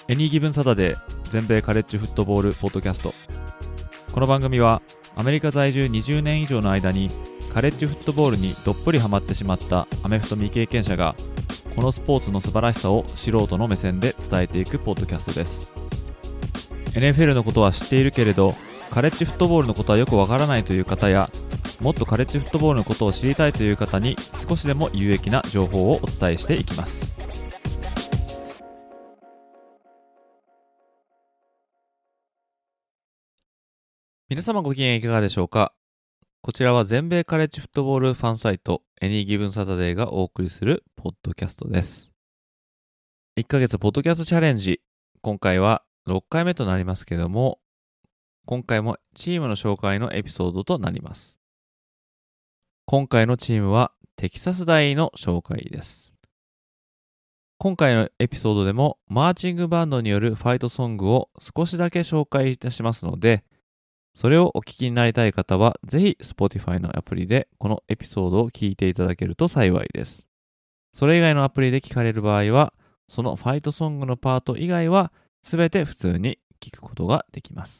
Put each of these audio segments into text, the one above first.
エニーギブンサタデー全米カレッジフットボールポッドキャスト。この番組はアメリカ在住20年以上の間にカレッジフットボールにどっぷりハマってしまったアメフト未経験者がこのスポーツの素晴らしさを素人の目線で伝えていくポッドキャストです。 NFL のことは知っているけれどカレッジフットボールのことはよくわからないという方や、もっとカレッジフットボールのことを知りたいという方に少しでも有益な情報をお伝えしていきます。皆様ご機嫌いかがでしょうか。こちらは全米カレッジフットボールファンサイトエニーギブンサタデーがお送りするポッドキャストです。1ヶ月ポッドキャストチャレンジ、今回は6回目となりますけども、今回もチームの紹介のエピソードとなります。今回のチームはテキサス大の紹介です。今回のエピソードでもマーチングバンドによるファイトソングを少しだけ紹介いたしますので、それをお聞きになりたい方はぜひ Spotify のアプリでこのエピソードを聞いていただけると幸いです。それ以外のアプリで聞かれる場合は、そのファイトソングのパート以外はすべて普通に聞くことができます。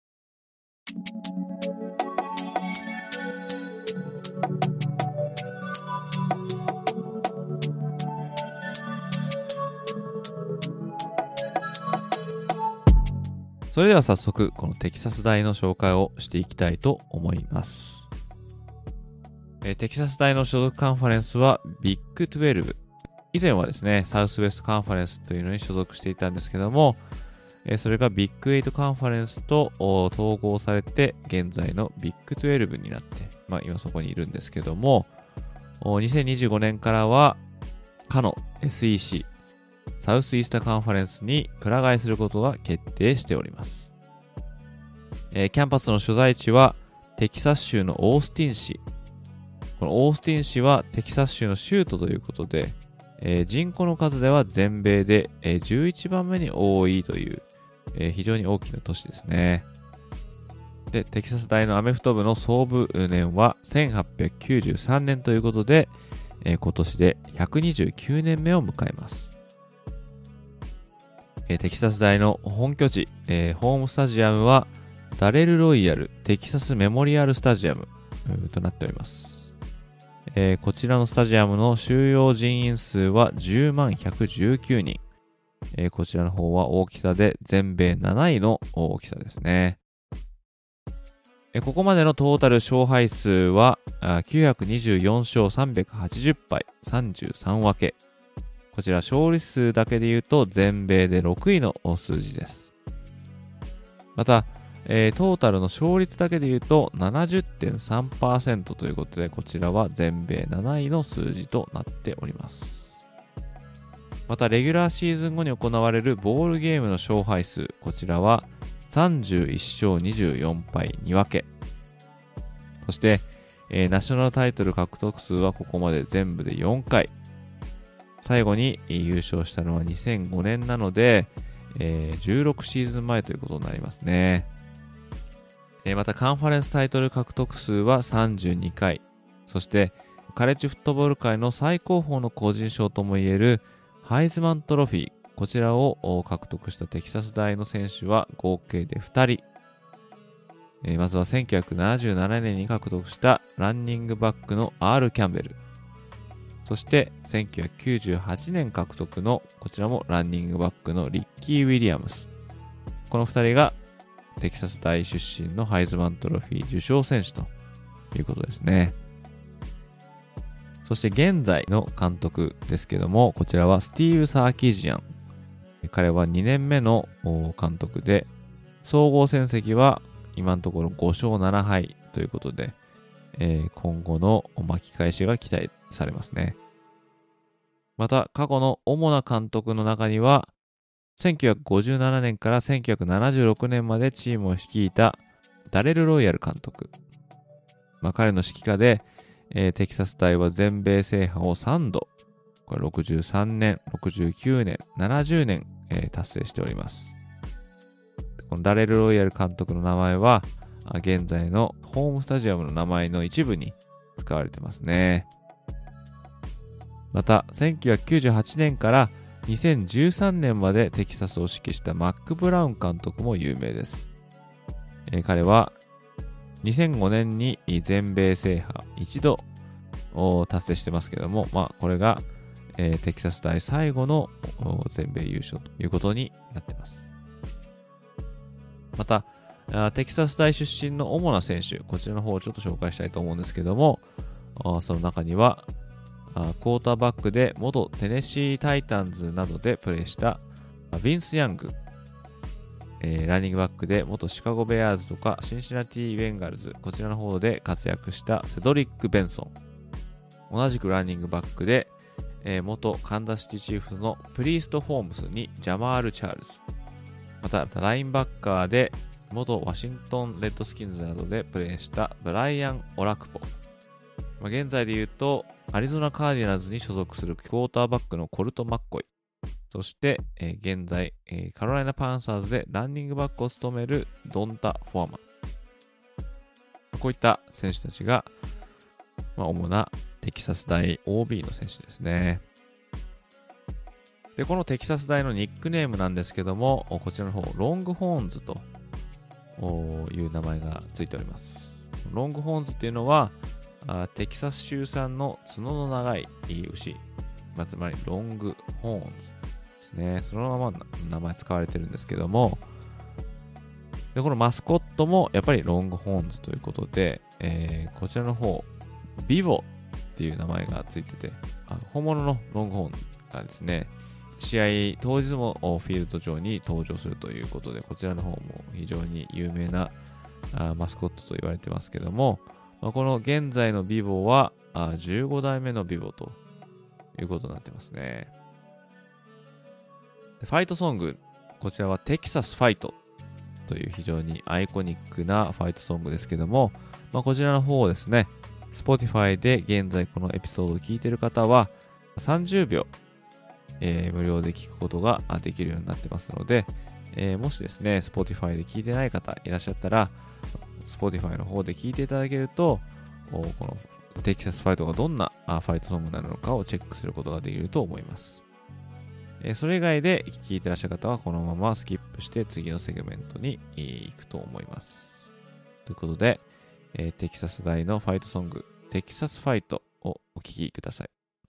それでは早速このテキサス大の紹介をしていきたいと思います。テキサス大の所属カンファレンスはビッグ12。以前はですね、サウスウェストカンファレンスというのに所属していたんですけども、それがビッグ8カンファレンスと統合されて現在のビッグ12になって、今そこにいるんですけども、2025年からはかの SECサウスイースタカンファレンスにくら替えすることが決定しております。キャンパスの所在地はテキサス州のオースティン市。このオースティン市はテキサス州の州都ということで、人口の数では全米で、11番目に多いという、非常に大きな都市ですね。で、テキサス大のアメフト部の創部年は1893年ということで、今年で129年目を迎えます。テキサス大の本拠地、ホームスタジアムはダレル・ロイヤル・テキサスメモリアルスタジアムとなっております。こちらのスタジアムの収容人員数は10万119人。こちらの方は大きさで全米7位の大きさですね。ここまでのトータル勝敗数は924勝380敗33分け。こちら勝利数だけで言うと全米で6位の数字です。また、トータルの勝率だけで言うと 70.3% ということで、こちらは全米7位の数字となっております。またレギュラーシーズン後に行われるボールゲームの勝敗数、こちらは31勝24敗2分け。そして、ナショナルタイトル獲得数はここまで全部で4回。最後に優勝したのは2005年なので、16シーズン前ということになりますね。またカンファレンスタイトル獲得数は32回。そしてカレッジフットボール界の最高峰の個人賞ともいえるハイズマントロフィー、こちらを獲得したテキサス大の選手は合計で2人。まずは1977年に獲得したランニングバックの R. キャンベル。そして1998年獲得のこちらもランニングバックのリッキー・ウィリアムス。この2人がテキサス大出身のハイズマントロフィー受賞選手ということですね。そして現在の監督ですけども、こちらはスティーブ・サーキジアン。彼は2年目の監督で、総合戦績は今のところ5勝7敗ということで、今後の巻き返しが期待されますね。また過去の主な監督の中には1957年から1976年までチームを率いたダレル・ロイヤル監督。彼の指揮下で、テキサス大は全米制覇を3度、これ63年、69年、70年、達成しております。このダレル・ロイヤル監督の名前は現在のホームスタジアムの名前の一部に使われてますね。また1998年から 2013年までテキサスを指揮したマック・ブラウン監督も有名です。彼は2005年に全米制覇一度達成してますけども、これが、テキサス大最後の全米優勝ということになっています。また、テキサス大出身の主な選手、こちらの方をちょっと紹介したいと思うんですけども、その中には、クォーターバックで元テネシータイタンズなどでプレーしたビンス・ヤング、ランニングバックで元シカゴベアーズとかシンシナティ・ベンガルズ、こちらの方で活躍したセドリック・ベンソン、同じくランニングバックで、元カンザスシティチーフスのプリースト・フォームスにジャマール・チャールズ、またラインバッカーで元ワシントン・レッドスキンズなどでプレーしたブライアン・オラクポ、現在で言うとアリゾナ・カーディナルズに所属するクォーターバックのコルト・マッコイ、そして、現在、カロライナ・パンサーズでランニングバックを務めるドンタ・フォアマン、こういった選手たちが、主なテキサス大 OB の選手ですね。で、このテキサス大のニックネームなんですけども、こちらの方、ロングホーンズという名前がついております。ロングホーンズっていうのは、テキサス州産の角の長い牛、つまりロングホーンズですね。そのまま名前使われてるんですけども、でこのマスコットもやっぱりロングホーンズということで、こちらの方、ビボっていう名前がついてて、本物のロングホーンズがですね、試合当日もフィールド上に登場するということで、こちらの方も非常に有名なマスコットと言われてますけども、この現在のビボは15代目のビボということになってますね。ファイトソング、こちらはテキサスファイトという非常にアイコニックなファイトソングですけども、こちらの方をですね、Spotify で現在このエピソードを聞いている方は30秒、無料で聞くことができるようになってますので、もしですね、Spotify で聞いてない方いらっしゃったら、Spotify の方で聞いていただけると、このテキサスファイトがどんなファイトソングなのかをチェックすることができると思います。それ以外で聞いてらっしゃる方はこのままスキップして次のセグメントに行くと思います。ということで、テキサス大のファイトソング、テキサスファイトをお聴きください。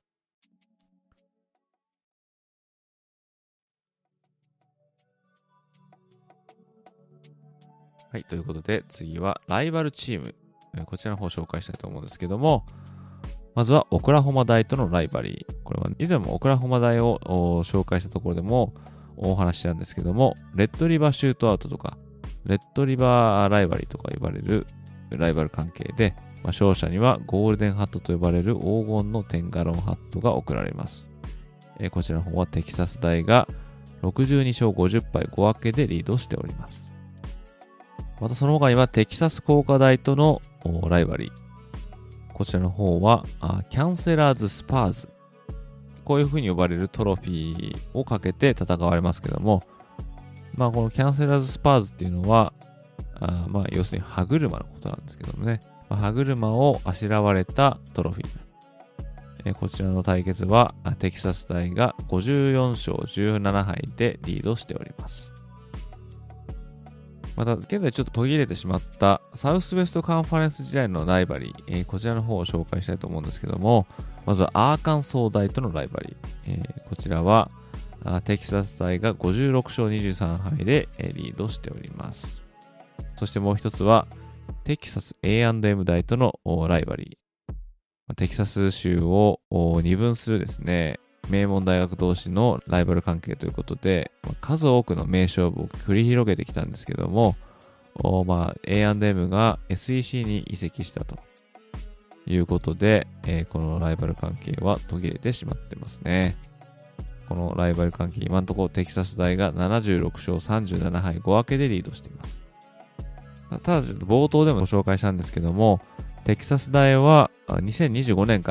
はい、ということで次はライバルチーム、こちらの方を紹介したいと思うんですけども、まずはオクラホマ大とのライバリー。これは以前もオクラホマ大を紹介したところでもお話したんですけども、レッドリバーシュートアウトとか、レッドリバーライバリーとか呼ばれるライバル関係で、勝者にはゴールデンハットと呼ばれる黄金の10ガロンハットが贈られます。こちらの方はテキサス大が62勝50敗5分けでリードしております。またその他にはテキサス工科大とのライバリー。こちらの方はキャンセラーズスパーズ。こういう風に呼ばれるトロフィーをかけて戦われますけども、このキャンセラーズスパーズっていうのは、要するに歯車のことなんですけどもね、歯車をあしらわれたトロフィー。こちらの対決はテキサス大が54勝17敗でリードしております。また現在ちょっと途切れてしまったサウスウェストカンファレンス時代のライバリー、こちらの方を紹介したいと思うんですけども、まずはアーカンソー大とのライバリー。こちらはテキサス大が56勝23敗でリードしております。そしてもう一つはテキサス A&M 大とのライバリー。テキサス州を二分するですね、名門大学同士のライバル関係ということで、数多くの名勝負を繰り広げてきたんですけども、A&M が SEC に移籍したということで、このライバル関係は途切れてしまってますね。このライバル関係、今のところテキサス大が76勝37敗5分けでリードしています。ただ、冒頭でもご紹介したんですけども、テキサス大は2025年から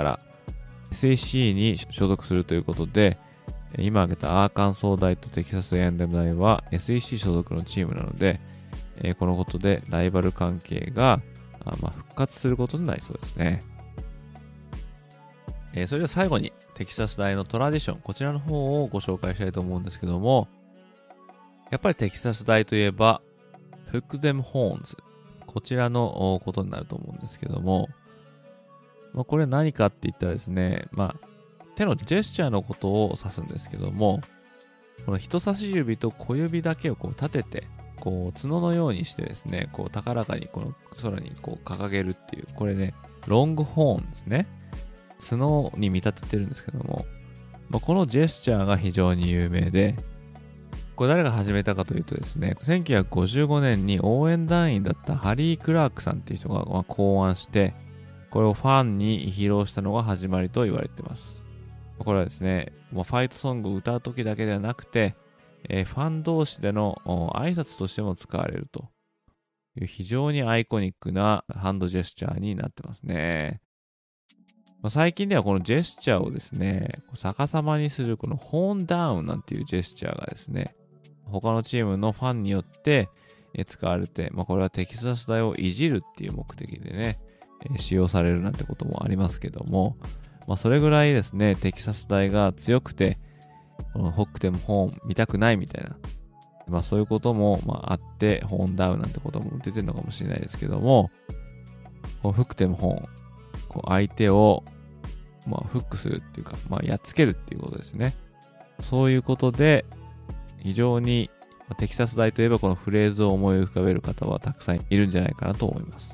SEC に所属するということで、今挙げたアーカンソー大とテキサス A&M 大は SEC 所属のチームなので、このことでライバル関係が復活することになりそうですね。 それでは最後にテキサス大のトラディション、こちらの方をご紹介したいと思うんですけども、やっぱりテキサス大といえば、Hook them horns。こちらのことになると思うんですけども、これ何かって言ったらですね、手のジェスチャーのことを指すんですけども、この人差し指と小指だけを立てて、角のようにしてですね、高らかにこの空に掲げるっていう、これね、ロングホーンですね。角に見立ててるんですけども、このジェスチャーが非常に有名で、これ誰が始めたかというとですね、1955年に応援団員だったハリー・クラークさんっていう人が考案して、これをファンに披露したのが始まりと言われています。これはですね、ファイトソングを歌う時だけではなくて、ファン同士での挨拶としても使われるという非常にアイコニックなハンドジェスチャーになってますね。最近ではこのジェスチャーをですね、逆さまにするこのホーンダウンなんていうジェスチャーがですね、他のチームのファンによって使われて、これはテキサス大をいじるっていう目的でね、使用されるなんてこともありますけども、それぐらいですね、テキサス大が強くて、このホックテムホーン見たくないみたいな、そういうこともあって、ホーンダウンなんてことも出てるのかもしれないですけども、ホックテムホーン、相手をフックするっていうか、やっつけるっていうことですね。そういうことで、非常にテキサス大といえばこのフレーズを思い浮かべる方はたくさんいるんじゃないかなと思います。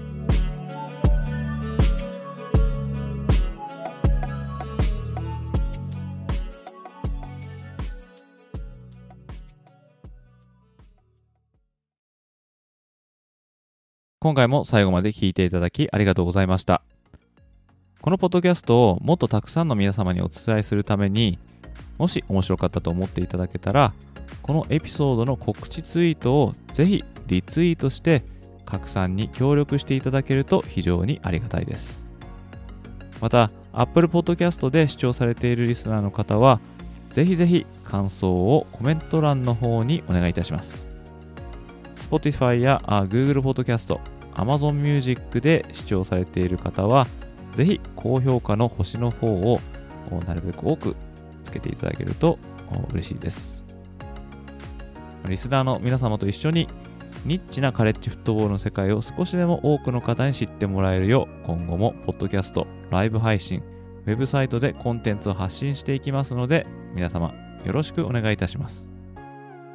今回も最後まで聞いていただきありがとうございました。このポッドキャストをもっとたくさんの皆様にお伝えするために、もし面白かったと思っていただけたら、このエピソードの告知ツイートをぜひリツイートして拡散に協力していただけると非常にありがたいです。また、Apple Podcast で視聴されているリスナーの方は、ぜひぜひ感想をコメント欄の方にお願いいたします。Spotify やGoogle Podcast、Amazon Music で視聴されている方は、ぜひ高評価の星の方をなるべく多くつけていただけると嬉しいです。リスナーの皆様と一緒にニッチなカレッジフットボールの世界を少しでも多くの方に知ってもらえるよう、今後もポッドキャスト、ライブ配信、ウェブサイトでコンテンツを発信していきますので、皆様よろしくお願いいたします。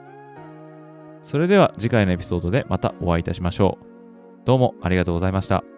それでは次回のエピソードでまたお会いいたしましょう。どうもありがとうございました。